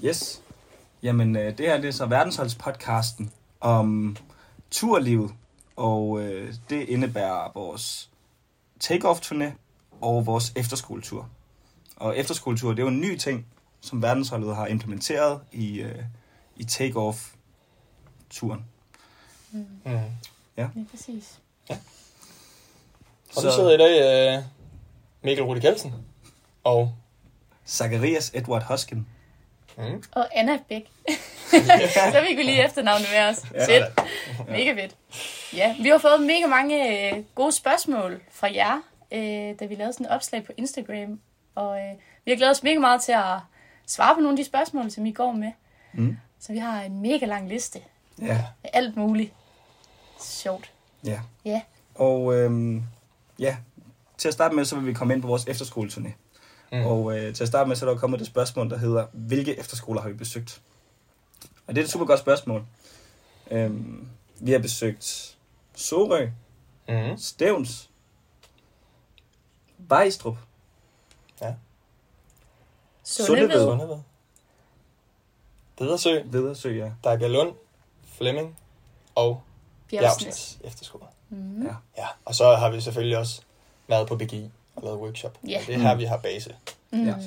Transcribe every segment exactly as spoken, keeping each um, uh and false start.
Yes. Jamen, det her det er så verdensholdspodcasten om turlivet, og øh, det indebærer vores take-off-turné og vores efterskoletur. Og efterskoletur, det er jo en ny ting, som verdensholdet har implementeret i, øh, i take-off-turen. Mm. Mm. Ja. Ja, præcis. Ja. Og så sidder i dag uh, Mikkel Rudi Kelsen og Zacharias Edward Hoskin. Mm. Og Anna Bæk. Så vi kunne lige efternavnet med os. Ja. Fedt. Mega fedt. Ja, vi har fået mega mange øh, gode spørgsmål fra jer, øh, da vi lavede sådan et opslag på Instagram. Og øh, vi har glædet os mega meget til at svare på nogle af de spørgsmål, som I går med. Mm. Så vi har en mega lang liste Ja. med alt muligt. Sjovt. Ja. Ja. Og øhm, ja, til at starte med, så vil vi komme ind på vores efterskoleturné. Mm. Og øh, til at starte med, så er der kommet det spørgsmål, der hedder, hvilke efterskoler har vi besøgt? Og det er et super godt spørgsmål. Øhm, vi har besøgt Sorø, Mm. Stevns, Vejstrup, Ja. Sundeved. Sundeved. Vedersø, Vedersø, ja. Dagalund, Flemming og Bjergsnæs. Bjergsnæs efterskole. Mm. Ja. Ja, og så har vi selvfølgelig også været på B G I og lavet workshop. Ja. Og det er her, vi har base. Mm. Ja. Så.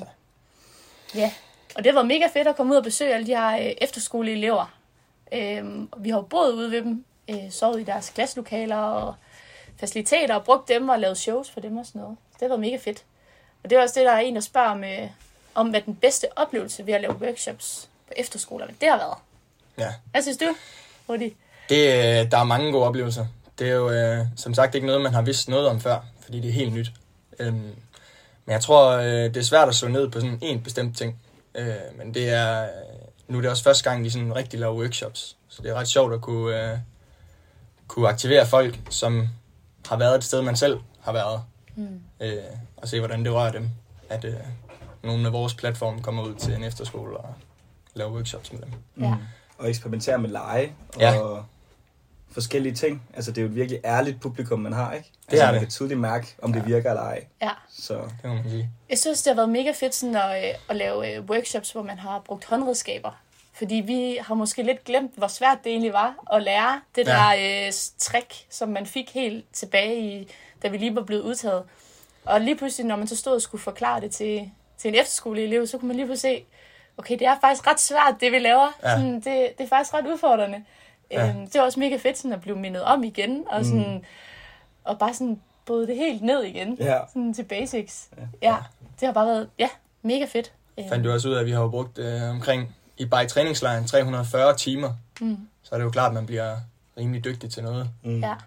Ja, og det var mega fedt at komme ud og besøge alle de her øh, efterskoleelever. Øhm, vi har jo boet ude ved dem, øh, sovet i deres klasselokaler og faciliteter og brugt dem og lavet shows for dem og sådan noget. Så det var mega fedt. Og det er også det, der er en, der spørger om, øh, om hvad den bedste oplevelse ved at lave workshops på efterskolerne, det har været. Ja. Hvad synes du, Rudi? Det, øh, der er mange gode oplevelser. Det er jo øh, som sagt ikke noget, man har vidst noget om før, fordi det er helt nyt. Øhm, men jeg tror, øh, det er svært at slå ned på sådan en bestemt ting. Øh, men det er, øh, nu er det også første gang, vi sådan rigtig laver workshops. Så det er ret sjovt at kunne, øh, kunne aktivere folk, som har været et sted, man selv har været. Mm. Øh, og se, hvordan det rører dem. At øh, nogle af vores platforme kommer ud til en efterskole og laver workshops med dem. Ja. Mm. Og eksperimentere med lege og Ja. forskellige ting. Altså, det er jo et virkelig ærligt publikum, man har, ikke? Det altså, er man det. kan tydeligt mærke, om det Ja. virker eller ej. Ja. Så Det må man sige. Jeg synes, det har været mega fedt sådan at, øh, at lave øh, workshops, hvor man har brugt håndredskaber. Fordi vi har måske lidt glemt, hvor svært det egentlig var at lære det Ja. der øh, trick, som man fik helt tilbage, i, da vi lige var blevet udtaget. Og lige pludselig, når man så stod og skulle forklare det til, til en efterskoleelev, så kunne man lige pludselig se, okay, det er faktisk ret svært, det vi laver. Ja. Sådan, det, det er faktisk ret udfordrende. Ja. Øhm, det var også mega fedt sådan at blive mindet om igen, og, sådan, mm. og bare sådan bryde det helt ned igen, ja. sådan til basics. Ja. Ja, det har bare været ja, mega fedt. Fandt du også ud af, at vi har jo brugt øh, omkring, i bare i træningslejren, tre hundrede og fyrre timer. Mm. Så er det jo klart, at man bliver rimelig dygtig til noget. Mm. Ja.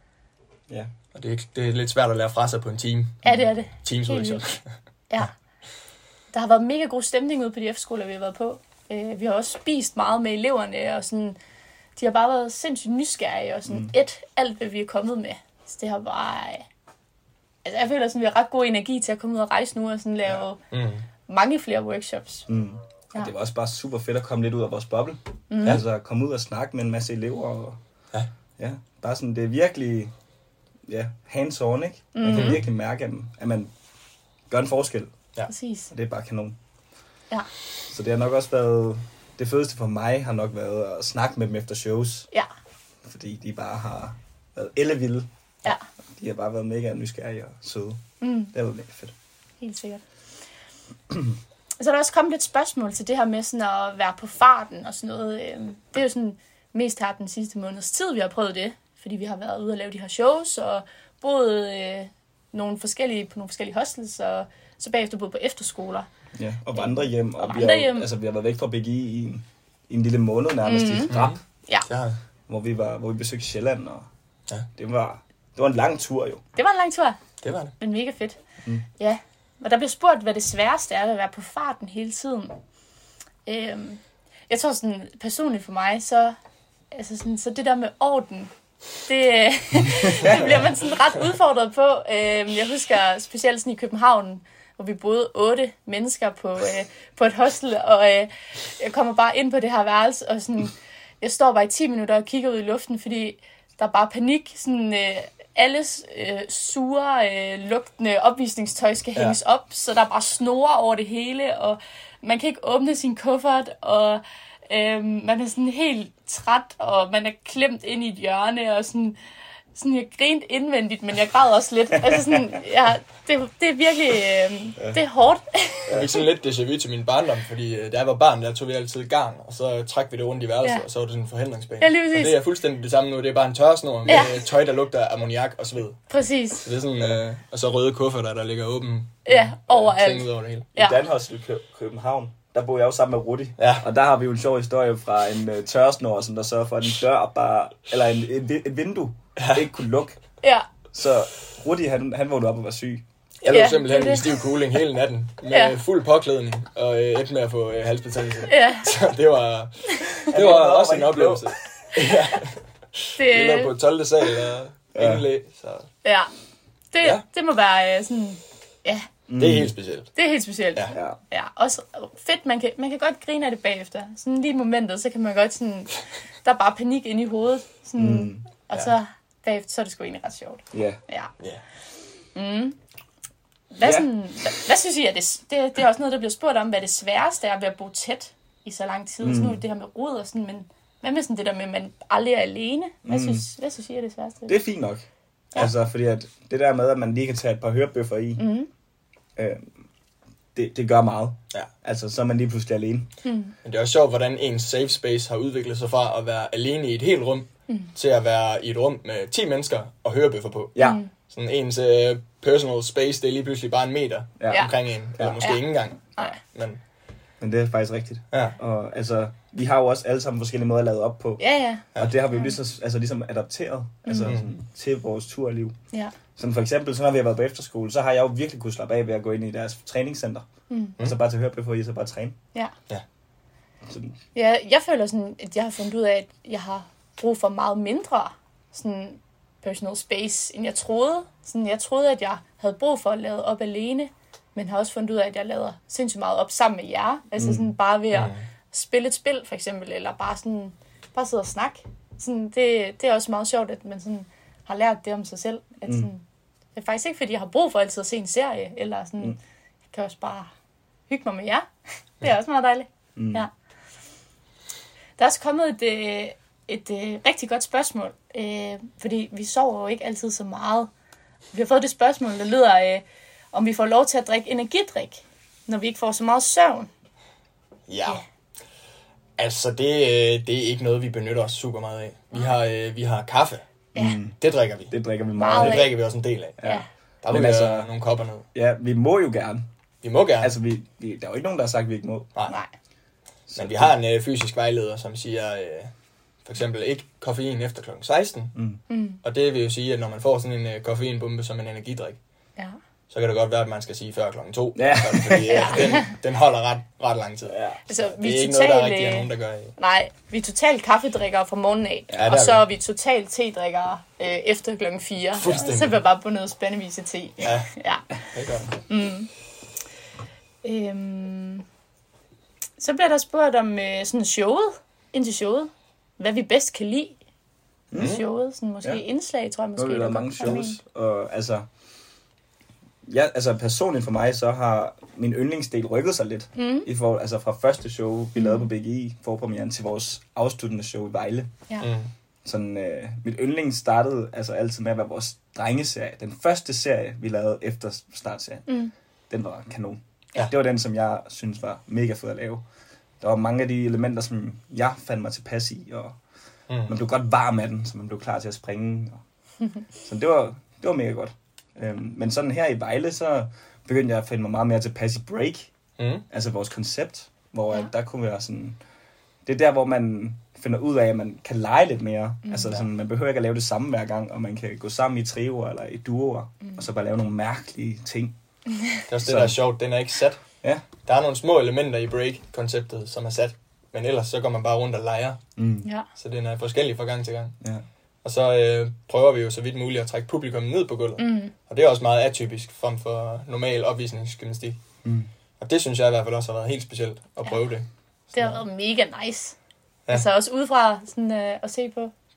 Ja. Og det er, det er lidt svært at lære fra sig på en time. Ja, det er det. Teams Helt workshop. vildt. Ja. Der har været mega god stemning ude på de efterskoler, vi har været på. Øh, vi har også spist meget med eleverne, og sådan, de har bare været sindssygt nysgerrige, og sådan Mm. et alt, hvad vi er kommet med. Så det har bare... Altså, jeg føler, at vi har ret god energi til at komme ud og rejse nu, og sådan lave Mm. mange flere workshops. Mm. Ja. Og det var også bare super fedt at komme lidt ud af vores boble. Mm. Altså komme ud og snakke med en masse elever. Og, Ja. ja. Bare sådan, det er virkelig ja, hands-on, ikke? Man Mhm. kan virkelig mærke, at, at man gør en forskel. Ja. Præcis. Og det er bare kanon. Ja. Så det har nok også været... Det fedeste for mig har nok været at snakke med dem efter shows. Ja. Fordi de bare har været ellevilde. Ja. De har bare været mega nysgerrige og søde. Mm. Det har været mega fedt. Helt sikkert. Så er der også kommet lidt spørgsmål til det her med sådan at være på farten og sådan noget. Øhm, Det er jo sådan mest her den sidste måneds tid, vi har prøvet det. Fordi vi har været ude og lave de her shows og boet øh, nogle forskellige, på nogle forskellige hostels og så bagefter boet på efterskoler. Ja, og vandre hjem. Og, Og vi, vandre har, hjem. altså, vi har været væk fra B G I i en, i en lille måned nærmest Mhm. i Rap, Ja, Det har jeg. hvor vi, var, hvor vi besøgte Sjælland. Og Ja. det, var, det var en lang tur jo. det var en lang tur, Det var det. men mega fedt. Mm. Ja, og der bliver spurgt, hvad det sværeste er ved at være på farten hele tiden. Øhm, jeg tror sådan, personligt for mig, så, altså sådan, så det der med orden, det, det bliver man sådan ret udfordret på. Øhm, jeg husker specielt sådan i København, hvor vi boede otte mennesker på, øh, på et hostel, og øh, jeg kommer bare ind på det her værelse, og sådan, jeg står bare i ti minutter og kigger ud i luften, fordi der er bare panik. Sådan, øh, alles øh, sure, øh, lugtende opvisningstøj skal hænges ja. op, så der er bare snore over det hele, og man kan ikke åbne sin kuffert, og øh, man er sådan helt træt, og man er klemt ind i et hjørne, og sådan, sådan jeg grinte indvendigt, men jeg græd også lidt. Altså sådan, ja, det, det er virkelig, øh, ja. det er hårdt. Jeg fik sådan lidt déjà vu til min barndom, fordi øh, da jeg var barn, der tog vi altid garn, og så trak vi det rundt i værelset, ja. og så var det sådan en forhindringsbane. Ja, lige præcis. Og det er fuldstændig det samme nu, det er bare en tørresnor med ja. tøj, der lugter ammoniak og sved. Præcis. Så det er sådan, øh, og så røde kufferter, der ligger åben. Ja, overalt. Ting ud over det hele. Ja. I Danhostel i København, der bor jeg jo sammen med Rudi. Ja. Og der har vi jo en sjov historie fra en uh, tørresnor, som der sørger for, at en dør bare, eller en, en, et vindue ja. ikke kunne lukke. Ja. Så Rudi, han, han vågnede op og var syg. Jeg lå ja, simpelthen i stiv cooling hele natten, med ja. fuld påklædning, og øh, et med at få øh, halsbetændelse. Ja. Så det var, det var også en oplevelse. Ja. Det... Vi lå på tolvte sal, og ja. ingen læge, så... Ja, det, ja. det må være øh, sådan... Ja. Mm. Det er helt specielt. Det er helt specielt. Ja. Ja. Ja. Også fedt, man kan, man kan godt grine af det bagefter. Sådan lige i momentet, så kan man godt sådan... Der er bare panik inde i hovedet. Sådan, mm. Og ja. så bagefter, så er det sgu egentlig ret sjovt. Yeah. Ja. Yeah. Mm. Hvad, yeah. sådan, hvad, hvad synes I, er det, det, det er også noget, der bliver spurgt om, hvad det sværeste er ved at bo tæt i så lang tid. Mm. Sådan nu det her med rod og sådan, men hvad med sådan det der med, at man aldrig er alene? Hvad, mm. synes, hvad synes I er det sværeste? Det er fint nok. Ja. Altså, fordi at det der med, at man lige kan tage et par hørebøffer i, mm. øh, det, det gør meget. Ja. Altså, så er man lige pludselig alene. Mm. Men det er også sjovt, hvordan ens safe space har udviklet sig fra at være alene i et helt rum, mm. til at være i et rum med ti mennesker og hørebøffer på. Ja. Mm. Sådan ens uh, personal space, det er lige pludselig bare en meter ja. omkring en, eller ja. måske ja. ikke engang. Nej. Men, Men det er faktisk rigtigt. Ja. Og altså, vi har jo også alle sammen forskellige måder at lade op på. Ja, ja. Og det har vi jo ligesom, altså, ligesom adapteret mm. altså, sådan, til vores turliv. Ja. Sådan for eksempel, så når vi har været på efterskole, så har jeg jo virkelig kunne slappe af ved at gå ind i deres træningscenter. Mm. Og så bare til hørebøffer i, så bare træne. Ja. Ja. Sådan. Ja, jeg føler sådan, at jeg har fundet ud af, at jeg har brug for meget mindre sådan personal space, end jeg troede. Sådan, jeg troede, at jeg havde brug for at lade op alene, men har også fundet ud af, at jeg lader sindssygt meget op sammen med jer. Altså mm. sådan bare ved at mm. spille et spil, for eksempel, eller bare sådan, bare sidde og snakke. Sådan, det, det er også meget sjovt, at man sådan har lært det om sig selv. At sådan, mm. det er faktisk ikke, fordi jeg har brug for altid at se en serie, eller sådan, mm. jeg kan også bare hygge mig med jer. Det er også meget dejligt. Mm. Ja. Der er også kommet et, et, et, et rigtig godt spørgsmål, øh, fordi vi sover jo ikke altid så meget. Vi har fået det spørgsmål, der lyder, øh, om vi får lov til at drikke energidrik, når vi ikke får så meget søvn. Ja, ja. Altså det, det er ikke noget, vi benytter os super meget af. Vi har, øh, vi har kaffe. Ja. Det drikker vi. Det drikker vi meget, meget af. Det drikker vi også en del af. Ja. Der må vi altså nogle kopper ned. Ja, vi må jo gerne. Vi må gerne. Altså, vi, vi, der er jo ikke nogen, der har sagt, at vi ikke må. Nej. Nej. Men vi har en øh, fysisk vejleder, som siger, øh, for eksempel ikke koffein efter klokken seksten. Mm. Mm. Og det vil jo sige, at når man får sådan en øh, koffeinbombe som en energidrik, ja. så kan det godt være, at man skal sige før klokken to. Ja. Fordi øh, den, den holder ret, ret lang tid. Ja. Altså, det vi er ikke total, noget, der rigtig er nogen, der gør. Nej, vi er totalt kaffedrikkere fra morgenen af. Ja, og så er vi totalt te-drikkere øh, efter klokken fire. Så vil jeg bare på noget spændevis af te. Ja, ja. det gør det. Mm. Øhm, så bliver der spurgt om øh, sådan showet, indtil showet. Hvad vi bedst kan lide mm. showet. Sådan måske ja. indslag, tror jeg måske. Nu er der mange shows. Og altså, ja, altså personligt for mig, så har min yndlingsdel rykket sig lidt. Mm. I forhold, altså fra første show, vi lavede på B G I, forpremieren til vores afsluttende show i Vejle. Ja. Mm. Sådan, øh, mit yndlings startede altså altid med at være vores drengeserie. Den første serie, vi lavede efter startserien, mm. den var kanon. Ja. Det var den, som jeg synes var mega fed at lave. Der var mange af de elementer, som jeg fandt mig tilpas i, og mm. man blev godt varm af den, så man blev klar til at springe. Og så det var, det var mega godt. Øhm, men sådan her i Vejle, så begyndte jeg at finde mig meget mere tilpas i Break. Mm. Altså vores koncept, hvor ja. der kunne være sådan... Det er der, hvor man finder ud af, at man kan lege lidt mere. Mm. Altså sådan, man behøver ikke at lave det samme hver gang, og man kan gå sammen i trioer eller i duoer, mm. og så bare lave nogle mærkelige ting. Det er også det, der er sjovt. Den er ikke sat. Ja. Der er nogle små elementer i Break-konceptet, som er sat. Men ellers så går man bare rundt og leger. Mm. Ja. Så den er forskellig fra gang til gang. Ja. Og så øh, prøver vi jo så vidt muligt at trække publikum ned på gulvet. Mm. Og det er også meget atypisk frem for normal opvisningsgymnastik. Mm. Og det synes jeg i hvert fald også har været helt specielt at prøve ja. det. Det har været mega nice. Ja. Altså også udefra sådan, øh, at se på.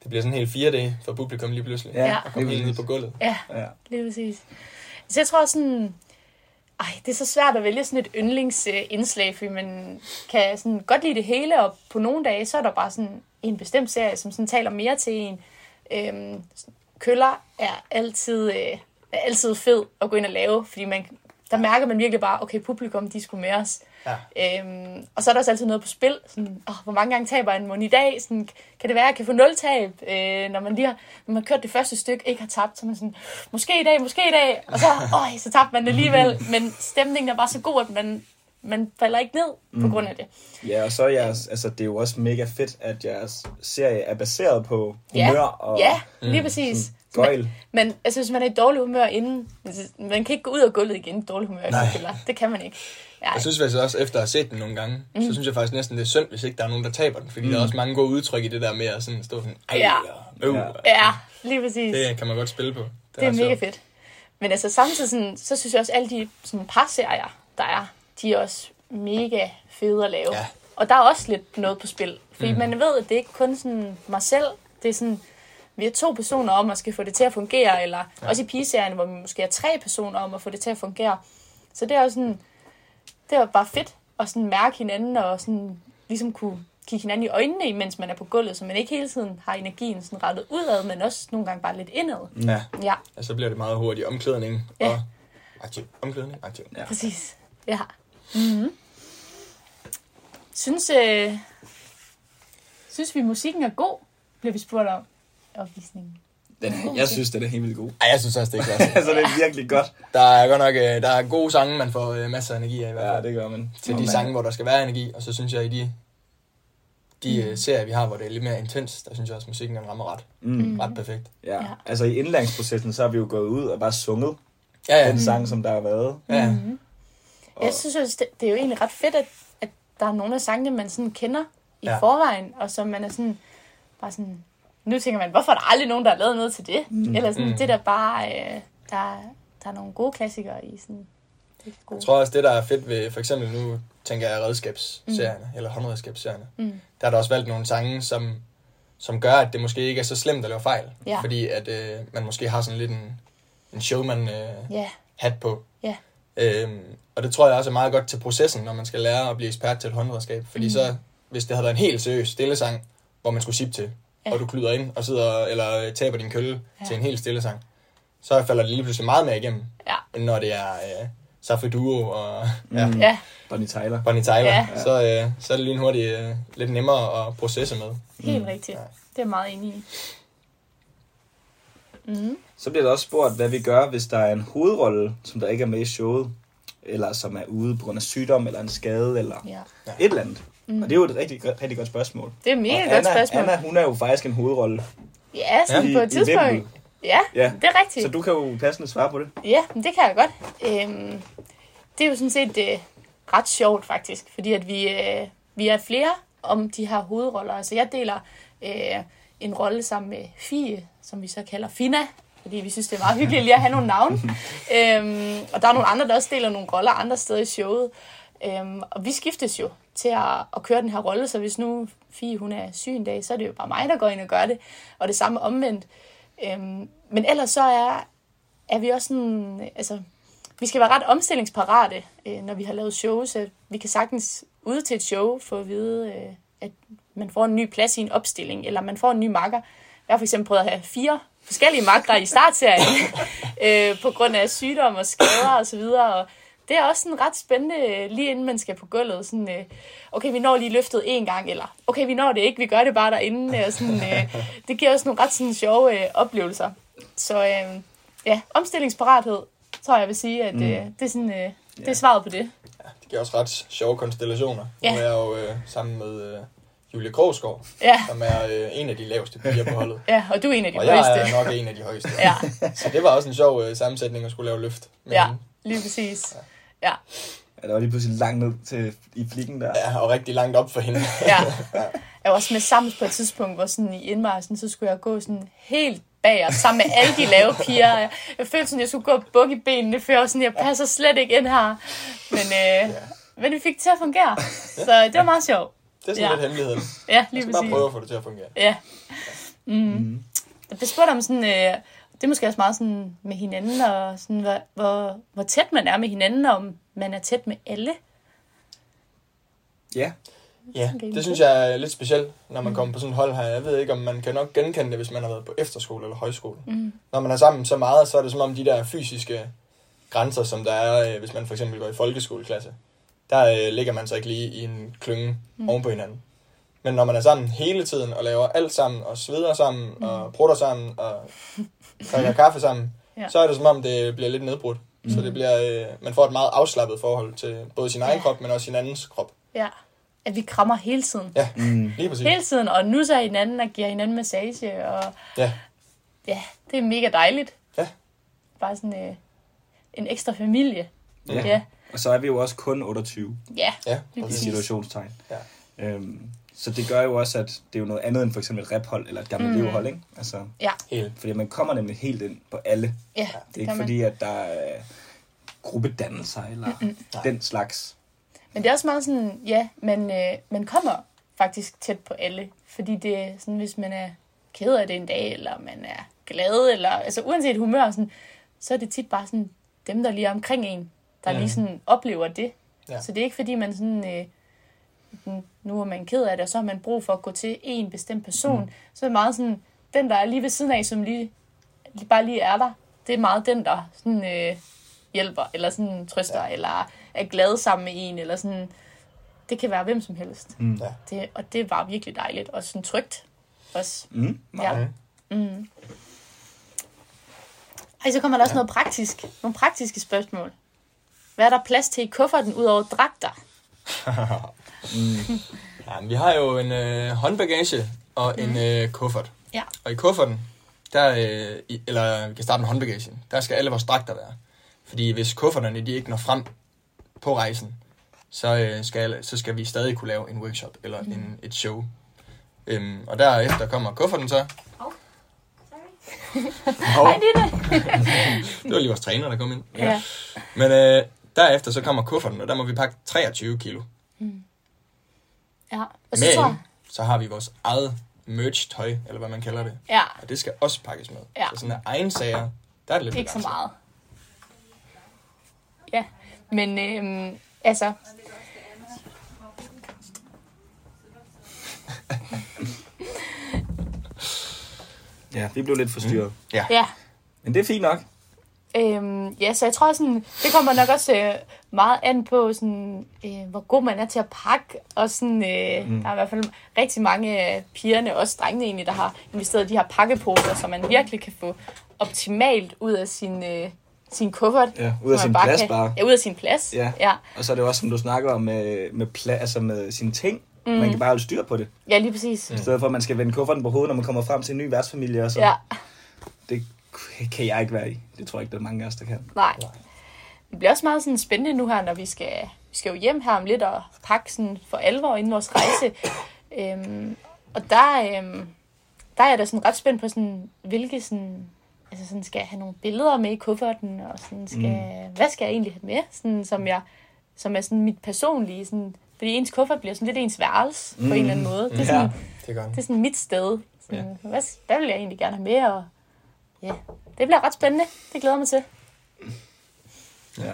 det bliver sådan helt fire dage for publikum lige pludselig. Ja, Og komme helt ned på gulvet. Ja, Ja. lige præcis. Så jeg tror sådan... Ej, det er så svært at vælge sådan et yndlingsindslag, fordi man kan sådan godt lide det hele, og på nogle dage, så er der bare sådan en bestemt serie, som sådan taler mere til en. Øhm, Køller er altid, øh, er altid fed at gå ind og lave, fordi man, der mærker man virkelig bare, okay, publikum, de skulle med os. Ja. Øhm, og så er der også altid noget på spil. Sådan, åh, hvor mange gange taber en måned i dag? Sådan, kan det være, at jeg kan få nul tab? Øh, når man lige har, når man har kørt det første stykke, ikke har tabt, så er man sådan, måske i dag, måske i dag. Og så, øj, så tabte man det alligevel. Men stemningen er bare så god, at man, man falder ikke ned på grund af det. Ja, og så er jeres, altså, det er jo også mega fedt, at jeres serie er baseret på humør Ja, og ja lige præcis. gøjl. Men altså, hvis man er i dårlig humør inden, man kan ikke gå ud af gulvet igen i dårlig humør. Nej. Det kan man ikke. Ja. Jeg synes faktisk også, efter at have set den nogle gange, mm. så synes jeg faktisk næsten, det er synd, hvis ikke der er nogen, der taber den. Fordi mm. der er også mange gode udtryk i det der med at sådan stå sådan, ej, Ja. og øv. Ja. Ja, lige præcis. Det kan man godt spille på. Det, Det er ret mega sjovt. fedt. Men altså samtidig, sådan, så synes jeg også, at alle de sådan, parserier, der er, de er også mega fede at lave. Ja. Og der er også lidt noget på spil. Fordi Mm. man ved, at det er ikke kun sådan mig selv. Det er sådan, vi er to personer om at skal få det til at fungere. Eller ja. Også i pigeserien, hvor vi måske er tre personer om at få det til at fungere. Så det er jo sådan, det er bare fedt at sådan mærke hinanden og sådan, ligesom kunne kigge hinanden i øjnene, mens man er på gulvet, så man ikke hele tiden har energien sådan rettet udad, men også nogle gange bare lidt indad. Ja. Ja. Og så bliver det meget hurtigt omklædning Ja. og aktiv. Omklædning, aktiv. Ja. Præcis. Ja. Mm-hmm. Synes, øh, synes vi, musikken er god, bliver vi spurgt om i opvisningen. Den, jeg synes, den er helt vildt god. Ej, jeg synes også, det er klasse. Altså, det er virkelig godt. Der er godt nok øh, der er gode sange, man får øh, masser af energi af i hvert Ja, fald. det gør man. Til de sange, hvor der skal være energi. Og så synes jeg, i de, de mm. serier, vi har, hvor det er lidt mere intens, der synes jeg også, at musikken den rammer ret, Mm. ret perfekt. Ja. Ja. Altså, i indlæringsprocessen, så har vi jo gået ud og bare sunget Ja, ja. den sang, som der har været. ja. Mm-hmm. Jeg synes også, det, det er jo egentlig ret fedt, at, at der er nogle af sangene, man sådan kender i Ja. forvejen, og som man er sådan, bare sådan, nu tænker man, hvorfor er der aldrig nogen, der har lavet noget til det? Mm. Eller sådan, Mm. det der bare, øh, der, der er nogle gode klassikere i sådan, det er gode. Jeg tror også, det der er fedt ved, for eksempel nu tænker jeg redskabsserierne, mm. eller håndredskabsserierne, Mm. der er der også valgt nogle sange, som, som gør, at det måske ikke er så slemt at lave fejl. Ja. Fordi at øh, man måske har sådan lidt en, en showman øh, Ja, hat på. ja. Øhm, og det tror jeg også er meget godt til processen, når man skal lære at blive ekspert til et håndredskab. Fordi mm. så, hvis det havde været en helt seriøs stille sang, hvor man skulle sippe til, Ja. og du kluder ind og sidder eller taber din kølle Ja. til en helt stille sang, så falder det lige pludselig meget mere igennem, Ja. end når det er øh, Safri Duo og ja, Mm. Ja, Bonnie Tyler. Bonnie Tyler. Ja. Så, øh, så er det lige hurtigt øh, lidt nemmere at processe med. helt Mm. rigtigt. Ja. Det er jeg meget enig i. Mm. Så bliver der også spurgt, hvad vi gør, hvis der er en hovedrolle, som der ikke er med i showet, eller som er ude på grund af sygdom, eller en skade, eller Ja. et eller andet. Mm. Og det er jo et rigtig, rigtig godt spørgsmål. Det er et mega Og godt Anna, spørgsmål. Anna, hun er jo faktisk en hovedrolle. Ja, sådan Ja. på I- et i Vindel. tidspunkt. Ja, Ja. det er rigtigt. Så du kan jo passende svare på det. Ja, men det kan jeg godt. Øhm, det er jo sådan set øh, ret sjovt faktisk, fordi at vi, øh, vi er flere om de her hovedroller. Altså jeg deler øh, en rolle sammen med Fie, som vi så kalder Fina, fordi vi synes, det er meget hyggeligt lige at have nogle navne. øhm, og der er nogle andre, der også deler nogle roller andre steder i showet. Øhm, og vi skiftes jo til at, at køre den her rolle, så hvis nu Fie hun er syg en dag, så er det jo bare mig, der går ind og gør det. Og det samme omvendt. Øhm, men ellers så er, er vi også sådan, altså, vi skal være ret omstillingsparate, øh, når vi har lavet shows. Så vi kan sagtens ude til et show få at vide, øh, at man får en ny plads i en opstilling, eller man får en ny makker. Jeg har for eksempel prøvet at have fire forskellige makkere i startserien, øh, på grund af sygdom og skader og så videre. Og det er også sådan ret spændende, lige inden man skal på gulvet. Sådan, øh, okay, vi når lige løftet en gang, eller okay, vi når det ikke, vi gør det bare derinde. Og sådan, øh, det giver også nogle ret sådan, sjove øh, oplevelser. Så øh, ja, omstillingsparathed, tror jeg, jeg vil sige, at øh, det, er sådan, øh, det er svaret på det. Ja, det giver også ret sjove konstellationer. Ja. Nu er jeg jo øh, sammen med øh, Julie Krogsgaard, Ja, som er øh, en af de laveste piger på holdet. ja, og du er en af de Og jeg højeste. er nok en af de højeste. Ja, Så det var også en sjov øh, sammensætning at skulle lave løft. Men, ja, lige præcis. Ja, Ja, der var lige pludselig langt ned til, i flikken der. ja, og rigtig langt op for hende. ja. Jeg var også med sammen på et tidspunkt, hvor sådan i indmarsen, så skulle jeg gå sådan helt bag os, sammen med alle de lave piger. Jeg, jeg følte sådan, jeg skulle gå og bukke i benene, for jeg var sådan, jeg passer slet ikke ind her. Men, øh, Ja. men vi fik det til at fungere. Så det var meget sjovt. Det er sådan Ja. lidt hemmeligheden. Ja, Jeg lige skal bare præcis. prøve at få det til at fungere. Ja. Mm. Mm. Der bliver spurgt om sådan, øh, det er måske også meget sådan med hinanden, og sådan, hvor, hvor, hvor tæt man er med hinanden, og om man er tæt med alle. Ja. Ja, det synes jeg er lidt specielt, når man kommer på sådan et hold her. Jeg ved ikke, om man kan nok genkende det, hvis man har været på efterskole eller højskole. Mm. Når man er sammen så meget, så er det som om de der fysiske grænser, som der er, hvis man for eksempel går i folkeskoleklasse, der øh, ligger man så ikke lige i en klynge mm. oven på hinanden. Men når man er sammen hele tiden og laver alt sammen, og sveder sammen, mm. og prutter sammen, og drikker kaffe sammen, ja. Så er det som om, det bliver lidt nedbrudt. Mm. Så det bliver, øh, man får et meget afslappet forhold til både sin egen ja. krop, men også sin andens krop. Ja, at vi krammer hele tiden. Ja, mm. lige præcis. Hele tiden, og nusser hinanden og giver hinanden massage, og ja, ja det er mega dejligt. Ja. Bare sådan øh, en ekstra familie. Ja. ja, og så er vi jo også kun otteogtyve. Ja, ja i situationstegn. Ja. Øhm, så det gør jo også, at det er jo noget andet end for eksempel et rephold eller et gammelt mm. elevhold, ikke? Altså, ja. Helt. Fordi man kommer nemlig helt ind på alle. Ja, det, det er ikke fordi, at der er gruppedannelser eller Mm-mm. den slags. Men det er også meget sådan, ja, man, øh, man kommer faktisk tæt på alle. Fordi det er sådan, hvis man er ked af det en dag, eller man er glad, eller altså uanset humør, sådan, så er det tit bare sådan dem, der lige er omkring en, der mm. lige sådan oplever det. Ja. Så det er ikke fordi, man sådan, øh, nu er man ked af det, og så har man brug for at gå til en bestemt person. Mm. Så er det meget sådan, den der er lige ved siden af, som lige, lige bare lige er der, det er meget den, der sådan, øh, hjælper, eller sådan trøster, ja. Eller er glad sammen med en, eller sådan. Det kan være hvem som helst. Mm. Det, og det var virkelig dejligt, og sådan trygt også. Mm. Ja. Mm. Ej, så kommer der også ja. noget praktisk. Nogle praktiske spørgsmål. Hvad er der plads til i kufferten, ud over dragter? mm. ja, vi har jo en øh, håndbagage og mm. en øh, kuffert. Ja. Og i kufferten, der, øh, i, eller vi kan starte med håndbagagen, der skal alle vores dragter være. Fordi hvis kufferterne de ikke når frem på rejsen, så, øh, skal, så skal vi stadig kunne lave en workshop eller mm. en, et show. Øhm, og derefter kommer kufferten så. Oh. Sorry. Hej, Ditte. Det var lige vores træner, der kom ind. Ja. Men øh, derefter så kommer kufferten, og der må vi pakke treogtyve kilo. Mm. Ja. Og så, Men, så har vi vores eget merch-tøj, eller hvad man kalder det. Ja. Og det skal også pakkes med. Ja. Så sådan af egen sager, der er det lidt ikke så meget. Ja, men øhm, altså... ja, vi blev lidt forstyrret. Mm. Ja. ja. Men det er fint nok. Øhm, ja, så jeg tror sådan, det kommer nok også øh, meget an på, sådan, øh, hvor god man er til at pakke. Og sådan, øh, mm. der er i hvert fald rigtig mange af pigerne, også drengene egentlig, der har investeret i de her pakkeposer, så man virkelig kan få optimalt ud af sin... Øh, sin kuffert. Ja, ud af sin plads kan, bare. Ja, ud af sin plads. Ja. ja. Og så er det også, som du snakker om, med, med, pla- altså med sine ting. Mm. Man kan bare holde styr på det. Ja, lige præcis. I stedet for, at man skal vende kufferten på hovedet, når man kommer frem til en ny værtsfamilie. Og så. Ja. Det kan jeg ikke være i. Det tror jeg ikke, der er mange af os, der kan. Nej. Det bliver også meget sådan spændende nu her, når vi skal, vi skal jo hjem her om lidt og pakke sådan for alvor inden vores rejse. øhm, og der, øhm, der er jeg da sådan ret spændt på, sådan, hvilke sådan... Altså sådan, skal jeg have nogle billeder med i kufferten, og sådan skal, mm. hvad skal jeg egentlig have med, sådan, som, jeg, som er sådan mit personlige, sådan, fordi ens kuffert bliver sådan lidt ens værelse, mm. på en eller anden måde. Det er sådan, ja, det, det er sådan mit sted. Sådan, ja. hvad, hvad vil jeg egentlig gerne have med, og ja, det bliver ret spændende. Det glæder mig til. Ja.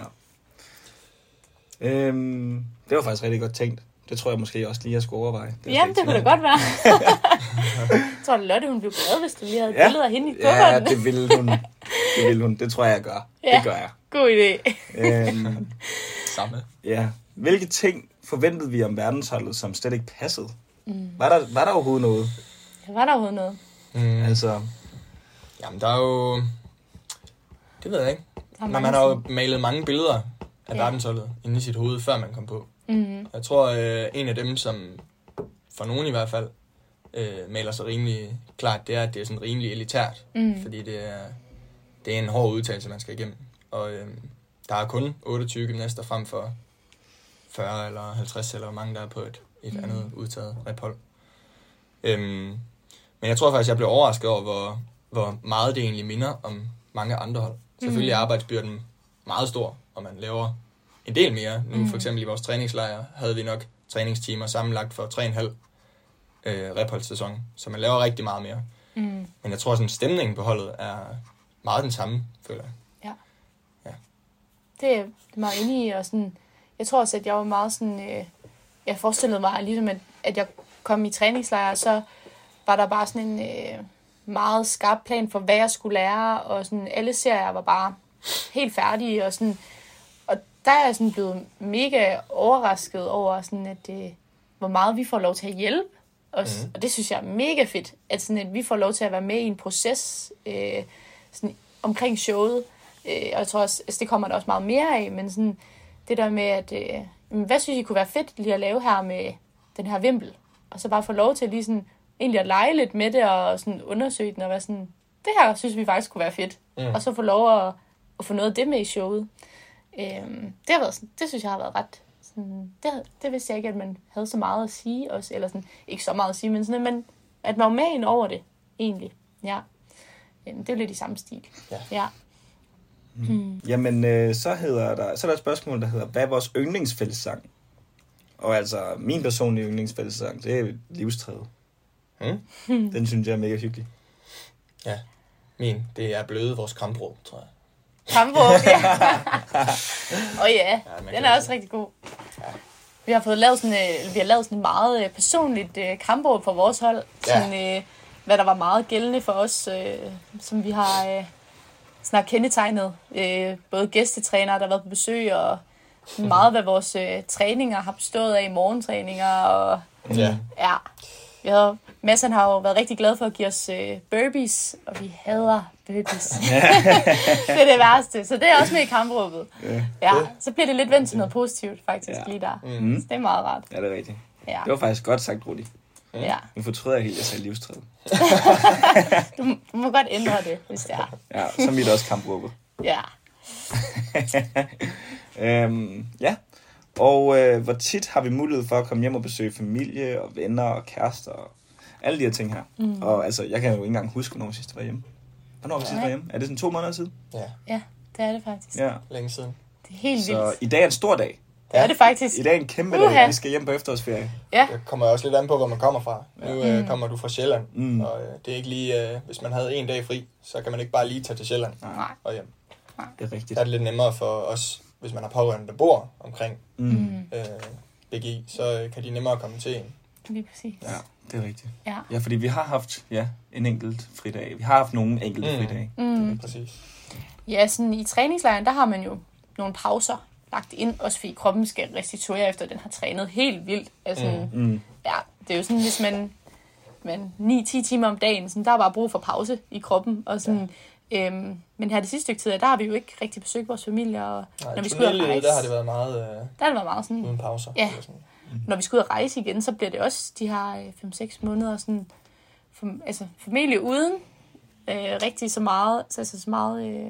Øhm, det var faktisk rigtig godt tænkt. Det tror jeg måske også lige, jeg skulle overveje. Det Jamen, det kunne da godt være. Jeg tror, Lotte, hun blev glad, hvis du lige havde ja. billeder af hende i kufferten. Ja, det ville hun. Det ville hun. Det tror jeg, jeg gør. Ja. Det gør jeg. God idé. Øhm, Samme. Ja. Hvilke ting forventede vi om verdensholdet, som slet ikke passede? Mm. Var, der, var der overhovedet noget? Ja, var der overhovedet noget? Mm. Altså... Jamen, der er jo... Det ved jeg ikke. Når man har jo malet mange billeder af ja. verdensholdet inde i sit hoved, før man kom på. Mm-hmm. Jeg tror, øh, en af dem, som for nogen i hvert fald, øh, maler sig rimelig klart, det er, at det er sådan rimelig elitært. Mm. Fordi det er, det er en hård udtalelse, man skal igennem. Og øh, der er kun otteogtyve gymnaster frem for fyrre eller halvtreds, eller mange, der er på et, et mm. andet udtaget rephold. Øhm, men jeg tror faktisk, jeg blev overrasket over, hvor, hvor meget det egentlig minder om mange andre hold. Selvfølgelig er arbejdsbyrden meget stor, og man laver en del mere. Nu mm. for eksempel i vores træningslejr havde vi nok træningstimer sammenlagt for tre komma fem øh, repholdssæson, så man laver rigtig meget mere. Mm. Men jeg tror, sådan stemningen på holdet er meget den samme, føler jeg. Det er meget inde i, og sådan, jeg tror også, at jeg var meget sådan, øh, jeg forestillede mig, ligesom at, at jeg kom i træningslejr, så var der bare sådan en øh, meget skarp plan for, hvad jeg skulle lære, og sådan, alle serier var bare helt færdige, og sådan, og der er jeg sådan blevet mega overrasket over, sådan, at det, hvor meget vi får lov til at hjælpe os, mm. og det synes jeg er mega fedt, at, sådan, at vi får lov til at være med i en proces øh, sådan, omkring showet. Og jeg tror også, altså det kommer der også meget mere af, men sådan det der med, at øh, hvad synes I kunne være fedt lige at lave her med den her vimpel? Og så bare få lov til lige sådan, egentlig at lege lidt med det, og sådan undersøge den, og være sådan, det her synes vi faktisk kunne være fedt. Mm. Og så få lov at, at få noget af det med i showet. Øhm, det har været sådan, det synes jeg har været ret, sådan, det, det vidste jeg ikke, at man havde så meget at sige også, eller sådan, ikke så meget at sige, men sådan, at man, at man var med ind over det, egentlig. Ja. Øhm, det er jo lidt i samme stil. Ja. Ja. Mm. Jamen, øh, så, hedder der, så er der et spørgsmål, der hedder, hvad er vores yndlingsfællessang? Og altså, min personlige yndlingsfællessang, det er Livstræde. Mm. Den synes jeg er mega hyggelig. Ja, min, det er Bløde, vores kampråb, tror jeg. Kampråb, ja. Og ja, Ja, man den kan er jo også rigtig god. Vi har fået lavet sådan, øh, vi har lavet sådan et meget øh, personligt øh, kampråb for vores hold. Sådan, øh, hvad der var meget gældende for os, øh, som vi har øh, snart kendetegnet. Øh, både gæstetrænere, der har været på besøg, og meget hvad vores øh, træninger har bestået af, morgentræninger. Og, Ja. ja. Vi havde, Mads han har jo været rigtig glad for at give os øh, burpees, og vi hader burpees. Det er det værste, så det er også med i kampråbet. Ja. Ja, så bliver det lidt vendt til noget positivt, faktisk, Ja. lige der. Mm. Så det er meget rart. Ja, det er rigtigt. Ja. Det var faktisk godt sagt, Rudi. Ja. Nu fortryder jeg helt, at jeg sagde Livstræde. Du, du må godt ændre det, hvis det er. Ja, så er mit også kampråbet. Ja. øhm, ja, og øh, hvor tit har vi mulighed for at komme hjem og besøge familie og venner og kærester og alle de her ting her. Mm. Og altså, jeg kan jo ikke engang huske, hvornår vi sidst var hjemme. Hvornår vi sidst var hjemme? Er det sådan to måneder siden? Ja, Ja, det er det faktisk. Ja. længe siden. Det er helt Så vildt. i dag er en stor dag. Det er det faktisk. I dag er en kæmpe Uha. dag. Vi skal hjem på efterårsferie. Ja. Det kommer også lidt an på, hvor man kommer fra. Nu øh, kommer du fra Sjælland, Mm. og øh, det er ikke lige, øh, hvis man havde en dag fri, så kan man ikke bare lige tage til Sjælland Nej. og hjem. Det er rigtigt. Der er det lidt nemmere for os, hvis man har pårørende, der bor omkring Mm. øh, B G I, så øh, kan de nemmere komme til en. Lige præcis. Ja, det er rigtigt. Ja. Ja, fordi vi har haft ja, en enkelt fridag. Vi har haft nogle enkelte Mm. fridage. Mm. Præcis. Ja, sådan i træningslejren, der har man jo nogle pauser lagt ind, også fordi kroppen skal restituere efter, den har trænet helt vildt. Altså, mm. Mm. Ja, det er jo sådan, hvis man, man ni til ti timer om dagen, sådan, der er bare brug for pause i kroppen. Og sådan, ja. øhm, men her det sidste stykke tid, der har vi jo ikke rigtig besøgt vores familie. Og Nej, når vi skal ud og turnélivet, rejse, der har det været meget øh, der har det været meget sådan, uden pauser. Ja. eller sådan. når vi skal ud og rejse igen, så bliver det også de her fem seks måneder sådan, for, altså familie uden øh, rigtig så meget, altså så meget, øh,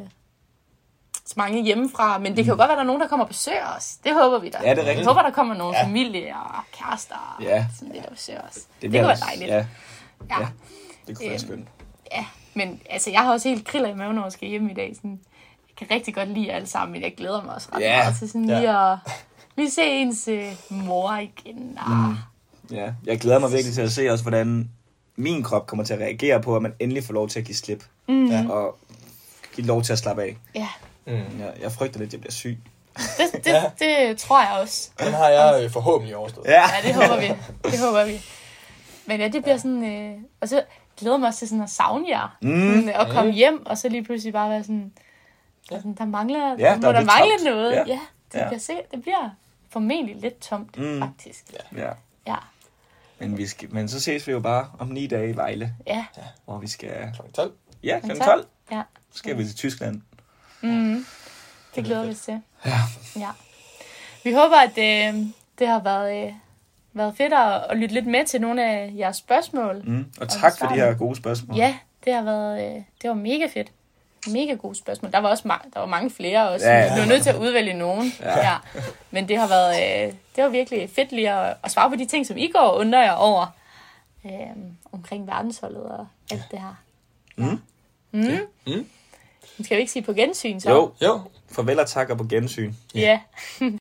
så mange hjemmefra, men det kan jo godt være, der er nogen, der kommer og besøger os. Det håber vi da. Ja, det er rigtigt. Jeg håber, der kommer nogle Ja. familie og kærester og Ja. sådan lidt, der besøger os. Det, det bliver kunne være også- dejligt. Ja, Ja. ja. det kunne være Øhm, skønt. Ja, men altså, jeg har også helt kriller i maven, når jeg skal hjem i dag. Sådan, jeg kan rigtig godt lide alle sammen, men jeg glæder mig også ret Ja. meget til sådan Ja. lige at lige se ens øh, mor igen. Og, Mm. Ja, jeg glæder mig virkelig til at se også, hvordan min krop kommer til at reagere på, at man endelig får lov til at give slip. Mm. Ja. Og give lov til at slappe af. Ja, Mm. Jeg, jeg frygter lidt, at jeg bliver syg. det, det, det tror jeg også. Den har jeg øh, forhåbentlig overstået. Ja. Ja, det håber vi. Det håber vi. Men ja, det bliver sådan... Øh, og så glæder jeg mig også til sådan at savne jer. Mm. Sådan, at komme hjem, og så lige pludselig bare være sådan... Ja. sådan der mangler, Ja, der, må der er der lidt mangle tomt. noget. Ja. Ja, det, Ja. Bliver sikkert, det bliver formentlig lidt tomt, Mm. faktisk. Ja. Ja. Men, vi skal, men så ses vi jo bare om ni dage i Vejle, Ja. hvor vi skal... klokken tolv. Ja, klokken tolv. tolv Ja. skal vi til Tyskland. Mm. Det glæder vi os til. Ja. Ja. Vi håber, at øh, det har været, øh, været fedt at, at lytte lidt med til nogle af jeres spørgsmål. Mm. Og Og tak for de besvare her gode spørgsmål. Ja, det har været øh, det var mega fedt. Mega gode spørgsmål. Der var også ma- der var mange flere også. Ja, Ja, ja. ja. Vi var nødt til at udvælge nogen. Ja. Ja. Ja. Men det har været øh, det var virkelig fedt lige at, at svare på de ting, som I går og undrer jer over øh, omkring verdensholdet og alt det her. Mm. Mm. Mm. Skal vi ikke sige på gensyn så? Jo, Jo, farvel og tak og på gensyn. Ja.